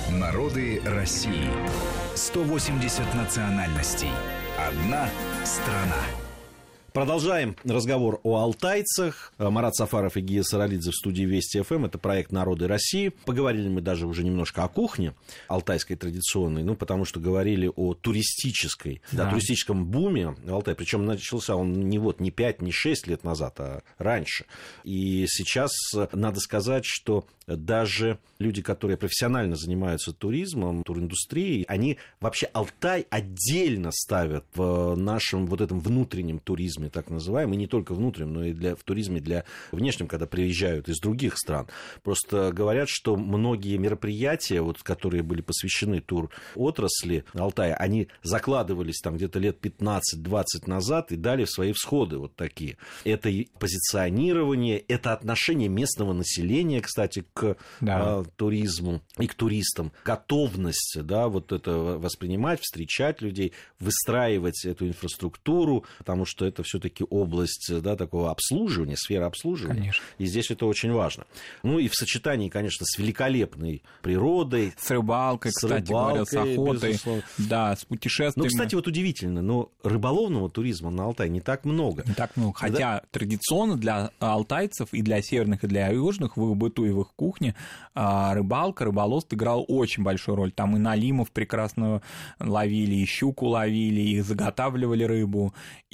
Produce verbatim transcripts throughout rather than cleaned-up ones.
Народы России. сто восемьдесят национальностей. Одна страна. Продолжаем разговор о алтайцах. Марат Сафаров и Гия Саралидзе в студии Вести ФМ. Это проект «Народы России». Поговорили мы даже уже немножко о кухне алтайской традиционной, ну, потому что говорили о туристической, да. Да, туристическом буме в Алтае. Причем начался он не вот не пять, не шесть лет назад, а раньше. И сейчас надо сказать, что даже люди, которые профессионально занимаются туризмом, туриндустрией, они вообще Алтай отдельно ставят в нашем вот этом внутреннем туризме, так называемом, и не только внутреннем, но и для, в туризме для внешнем, когда приезжают из других стран. Просто говорят, что многие мероприятия, вот, которые были посвящены тур-отрасли Алтая, они закладывались там где-то лет пятнадцать-двадцать назад и дали свои всходы вот такие. Это и позиционирование, это отношение местного населения, кстати, к да. туризму и к туристам, готовность, да, вот это воспринимать, встречать людей, выстраивать эту инфраструктуру, потому что это все-таки область, да, такого обслуживания, сфера обслуживания. Конечно. И здесь это очень важно. Ну и в сочетании, конечно, с великолепной природой. С рыбалкой, с кстати рыбалкой, говоря, с охотой. Безусловно. Да, с путешествиями. Ну, кстати, вот удивительно, но рыболовного туризма на Алтае не так много. Не так много. Хотя да? традиционно для алтайцев и для северных, и для южных в их быту и в их кухне рыбалка, рыболовство играл очень большую роль. Там и налимов прекрасно ловили, и щуку ловили, и заготавливали рыбу,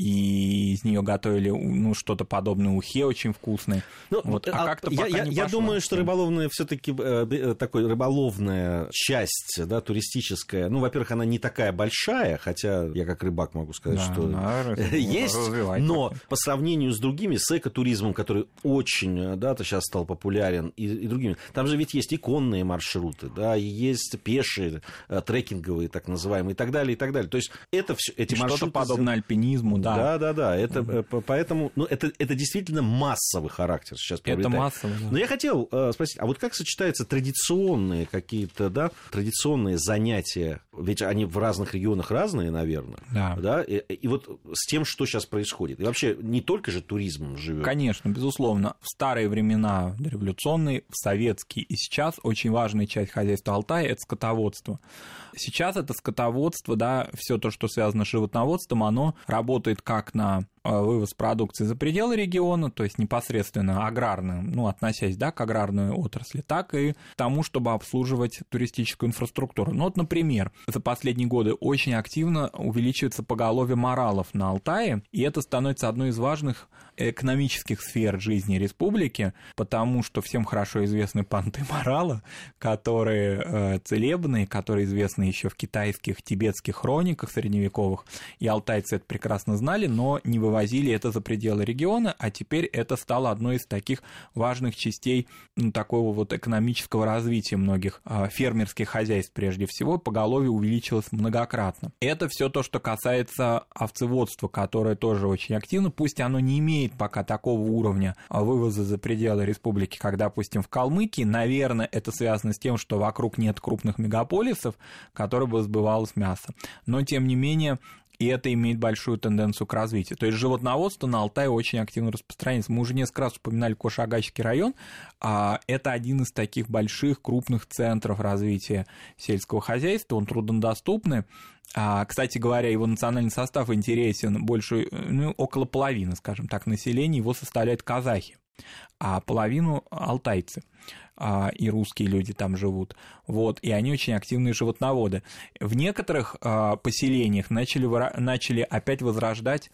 и из нее готовили, ну, что-то подобное ухе очень вкусное. Ну, вот, а, а как-то я, пока я, не я пошло. думаю, что рыболовная все-таки э, такой рыболовная часть, да, туристическая. Ну, во-первых, она не такая большая, хотя я как рыбак могу сказать, да, что да, есть, но как-то. По сравнению с другими, с экотуризмом, который очень, да, сейчас стал популярен, и, и другими, там же ведь есть и конные маршруты, да, и есть пешие, трекинговые, так называемые, и так далее, и так далее. То есть это все, эти что-то маршруты... Что-то подобное альпинизму, да. Да, да, да. Это, mm-hmm. Поэтому, ну, это, это действительно массовый характер сейчас приобретает. Это массовый, да. Но я хотел э, спросить, а вот как сочетаются традиционные какие-то, да, традиционные занятия, ведь они в разных регионах разные, наверное, да, да и, и вот с тем, что сейчас происходит. И вообще не только же туризмом живет. Конечно, безусловно. В старые времена дореволюционные, в советские и сейчас очень важная часть хозяйства Алтая – это скотоводство. Сейчас это скотоводство, да, все то, что связано с животноводством, оно работает как на вывоз продукции за пределы региона, то есть непосредственно аграрную, ну, относясь, да, к аграрной отрасли, так и к тому, чтобы обслуживать туристическую инфраструктуру. Ну, вот, например, за последние годы очень активно увеличивается поголовье моралов на Алтае, и это становится одной из важных экономических сфер жизни республики, потому что всем хорошо известны понты морала, которые э, целебные, которые известны еще в китайских, тибетских хрониках средневековых, и алтайцы это прекрасно знали, но не вывозили это за пределы региона, а теперь это стало одной из таких важных частей, ну, такого вот экономического развития многих э, фермерских хозяйств прежде всего, поголовье увеличилось многократно. Это все то, что касается овцеводства, которое тоже очень активно, пусть оно не имеет пока такого уровня вывоза за пределы республики, как, допустим, в Калмыкии. Наверное, это связано с тем, что вокруг нет крупных мегаполисов, которые бы сбывалось мясо. Но, тем не менее, и это имеет большую тенденцию к развитию. То есть животноводство на Алтае очень активно распространяется. Мы уже несколько раз упоминали Кош-Агачский район. Это один из таких больших, крупных центров развития сельского хозяйства. Он труднодоступный. Кстати говоря, его национальный состав интересен больше, ну, около половины, скажем так, населения его составляют казахи, а половину алтайцы. И русские люди там живут, вот, и они очень активные животноводы. В некоторых поселениях начали, начали опять возрождать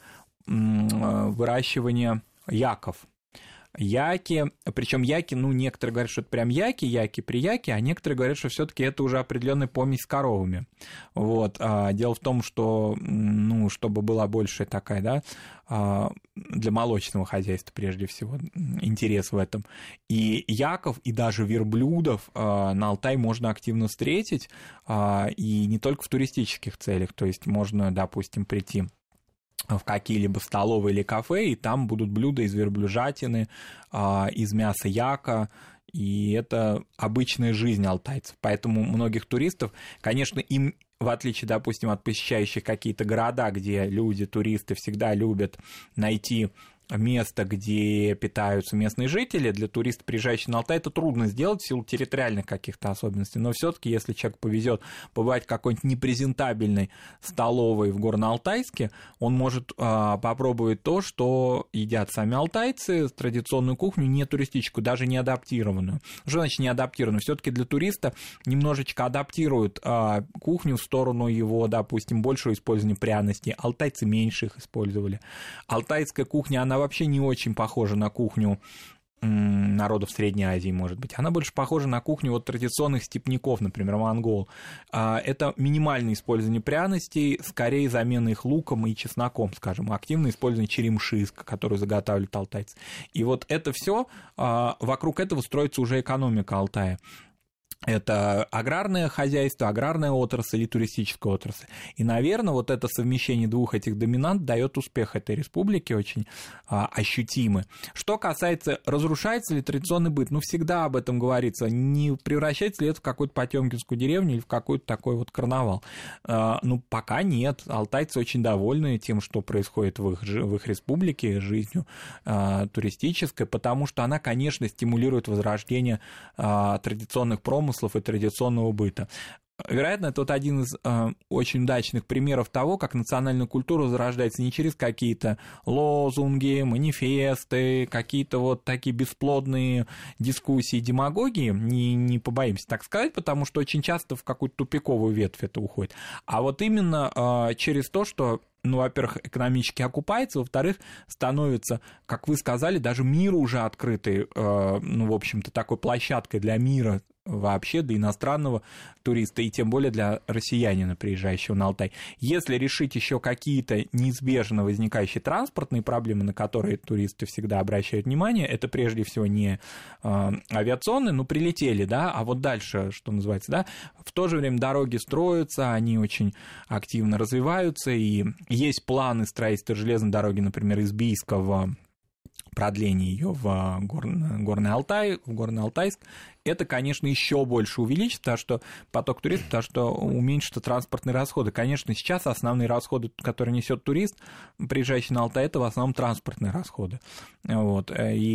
выращивание яков. Яки, причем яки, ну, некоторые говорят, что это прям яки, яки при яке, а некоторые говорят, что все-таки это уже определенная помесь с коровами. Вот. Дело в том, что, ну, чтобы была большая такая, да, для молочного хозяйства, прежде всего, интерес в этом. И яков, и даже верблюдов на Алтай можно активно встретить, и не только в туристических целях, то есть можно, допустим, прийти в какие-либо столовые или кафе, и там будут блюда из верблюжатины, из мяса яка, и это обычная жизнь алтайцев. Поэтому многих туристов, конечно, им, в отличие, допустим, от посещающих какие-то города, где люди, туристы всегда любят найти место, где питаются местные жители, для туриста, приезжающего на Алтай, это трудно сделать в силу территориальных каких-то особенностей. Но все-таки, если человек повезет побывать в какой-нибудь непрезентабельной столовой в Горно-Алтайске, он может а, попробовать то, что едят сами алтайцы, традиционную кухню, не туристическую, даже не адаптированную. Что значит не адаптированную? Все-таки для туриста немножечко адаптируют а, кухню в сторону его, допустим, большего использования пряностей. Алтайцы меньше их использовали. Алтайская кухня, она вообще не очень похожа на кухню народов Средней Азии, может быть. Она больше похожа на кухню вот традиционных степняков, например, монгол. Это минимальное использование пряностей, скорее замена их луком и чесноком, скажем, активное использование черемши, которую заготавливают алтайцы. И вот это все, вокруг этого строится уже экономика Алтая. Это аграрное хозяйство, аграрная отрасль и туристическая отрасль. И, наверное, вот это совмещение двух этих доминант дает успех этой республике очень а, ощутимый. Что касается, разрушается ли традиционный быт, ну, всегда об этом говорится, не превращается ли это в какую-то потёмкинскую деревню или в какой-то такой вот карнавал. А, ну, пока нет. Алтайцы очень довольны тем, что происходит в их, в их республике, жизнью а, туристической, потому что она, конечно, стимулирует возрождение а, традиционных промыслов и традиционного быта. Вероятно, это вот один из э, очень удачных примеров того, как национальная культура зарождается не через какие-то лозунги, манифесты, какие-то вот такие бесплодные дискуссии, демагогии, не, не побоимся так сказать, потому что очень часто в какую-то тупиковую ветвь это уходит. А вот именно э, через то, что, ну, во-первых, экономически окупается, во-вторых, становится, как вы сказали, даже миру уже открытой, э, ну, в общем-то, такой площадкой для мира вообще, для иностранного туриста, и тем более для россиянина, приезжающего на Алтай. Если решить еще какие-то неизбежно возникающие транспортные проблемы, на которые туристы всегда обращают внимание, это прежде всего не э, авиационные, ну, прилетели, да, а вот дальше, что называется, да, в то же время дороги строятся, они очень активно развиваются, и есть планы строительства железной дороги, например, из Бийска в продление ее в Горный, Горный Алтай, в Горный Алтайск, это, конечно, еще больше увеличит, потому что поток туристов, потому что уменьшатся транспортные расходы. Конечно, сейчас основные расходы, которые несет турист, приезжающий на Алтай, это в основном транспортные расходы. Вот.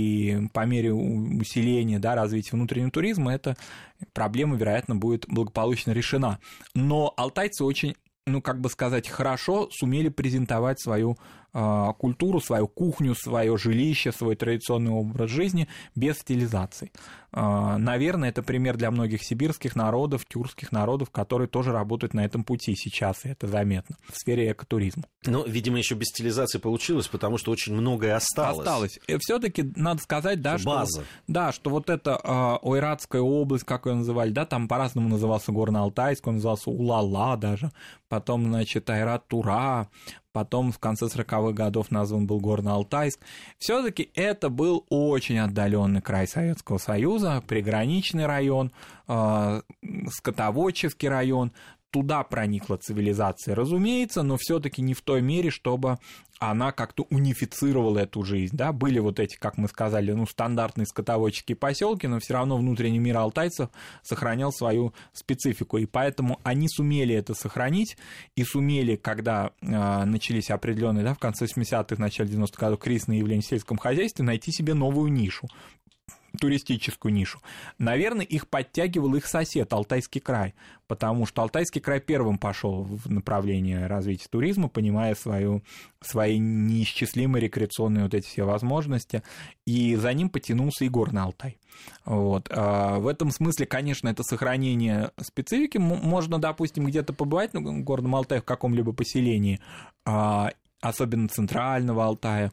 И по мере усиления, да, развития внутреннего туризма эта проблема, вероятно, будет благополучно решена. Но алтайцы очень, ну, как бы сказать, хорошо сумели презентовать свою э, культуру, свою кухню, свое жилище, свой традиционный образ жизни без стилизаций. Э, наверное, это пример для многих сибирских народов, тюркских народов, которые тоже работают на этом пути сейчас, и это заметно в сфере экотуризма. Ну, видимо, еще без стилизации получилось, потому что очень многое осталось. Осталось. И все-таки надо сказать, да, база. Что, да, что вот эта э, Ойратская область, как ее называли, да, там по-разному назывался Горно-Алтайск, он назывался Улала даже, потом, значит, Айрат-Тура, потом в конце сороковых годов назван был Горно-Алтайск. Все-таки это был очень отдаленный край Советского Союза, приграничный район, э, скотоводческий район. Туда проникла цивилизация, разумеется, но все-таки не в той мере, чтобы она как-то унифицировала эту жизнь. Да? Были вот эти, как мы сказали, ну, стандартные скотоводческие поселки, но все равно внутренний мир алтайцев сохранял свою специфику. И поэтому они сумели это сохранить, и сумели, когда э, начались определенные, да, в конце восьмидесятых, начале девяностых годов кризисные явления в сельском хозяйстве, найти себе новую нишу, туристическую нишу. Наверное, их подтягивал их сосед, Алтайский край, потому что Алтайский край первым пошел в направлении развития туризма, понимая свою, свои неисчислимые рекреационные вот эти все возможности, и за ним потянулся и Горный Алтай. Вот. В этом смысле, конечно, это сохранение специфики. Можно, допустим, где-то побывать, ну, в Горном Алтае, в каком-либо поселении, особенно центрального Алтая,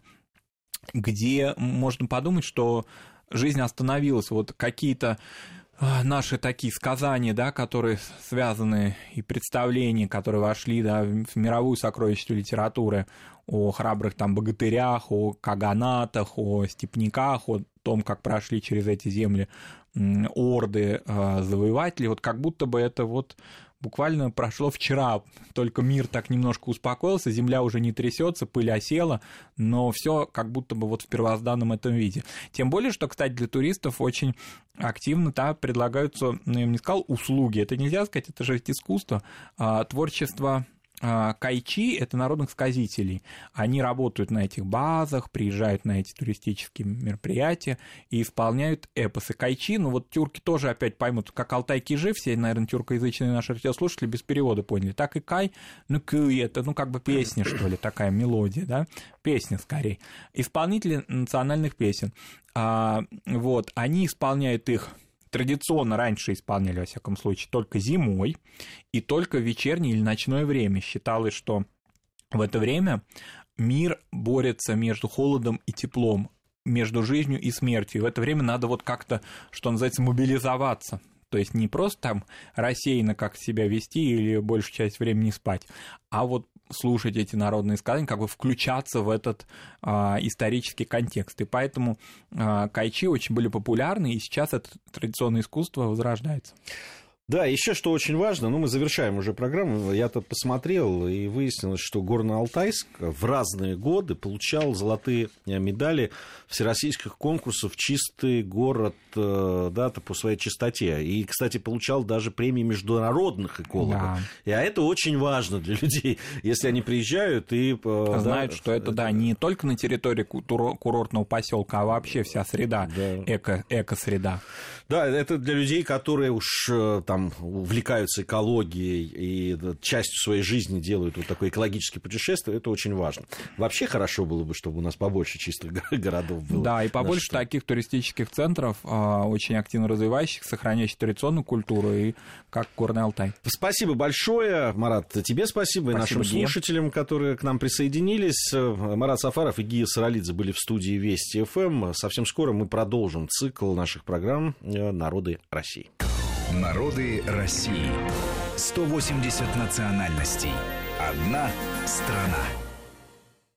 где можно подумать, что жизнь остановилась, вот какие-то наши такие сказания, да, которые связаны, и представления, которые вошли, да, в мировую сокровищницу литературы о храбрых там богатырях, о каганатах, о степняках, о том, как прошли через эти земли орды завоевателей, вот как будто бы это вот буквально прошло вчера, только мир так немножко успокоился, земля уже не трясется, пыль осела, но все как будто бы вот в первозданном этом виде. Тем более, что, кстати, для туристов очень активно, да, предлагаются, ну, я бы не сказал, услуги, это нельзя сказать, это же искусство, а, творчество кайчи — это народных сказителей. Они работают на этих базах, приезжают на эти туристические мероприятия и исполняют эпосы. Кайчи, ну вот тюрки тоже опять поймут, как Алтай-Кижи, все, наверное, тюркоязычные наши радиослушатели без перевода поняли, так и кай, ну кы, это ну как бы песня, что ли, такая мелодия, да, песня скорее. Исполнители национальных песен. А, вот, они исполняют их традиционно раньше исполняли, во всяком случае, только зимой и только в вечернее или ночное время. Считалось, что в это время мир борется между холодом и теплом, между жизнью и смертью. И в это время надо вот как-то, что называется, мобилизоваться. То есть не просто там рассеянно как себя вести или большую часть времени спать, а вот слушать эти народные сказания, как бы включаться в этот а, исторический контекст. И поэтому а, кайчи очень были популярны, и сейчас это традиционное искусство возрождается. Да, еще что очень важно, ну, мы завершаем уже программу, я тут посмотрел, и выяснилось, что Горно-Алтайск в разные годы получал золотые медали всероссийских конкурсов «Чистый город», да, по своей чистоте. И, кстати, получал даже премии международных экологов. Да. И, а это очень важно для людей, если они приезжают и... Знают, да, что это, да, не только на территории курортного поселка, а вообще вся среда, да. эко, эко-среда. Да, это для людей, которые уж там увлекаются экологией и частью своей жизни делают вот такое экологическое путешествие, это очень важно. Вообще хорошо было бы, чтобы у нас побольше чистых городов было. Да, и побольше что... таких туристических центров, очень активно развивающих, сохраняющих традиционную культуру, и как Горный Алтай. Спасибо большое, Марат, тебе спасибо, спасибо и нашим Гия. слушателям, которые к нам присоединились. Марат Сафаров и Гия Саралидзе были в студии Вести эф эм. Совсем скоро мы продолжим цикл наших программ «Народы России». Народы России. сто восемьдесят национальностей. Одна страна.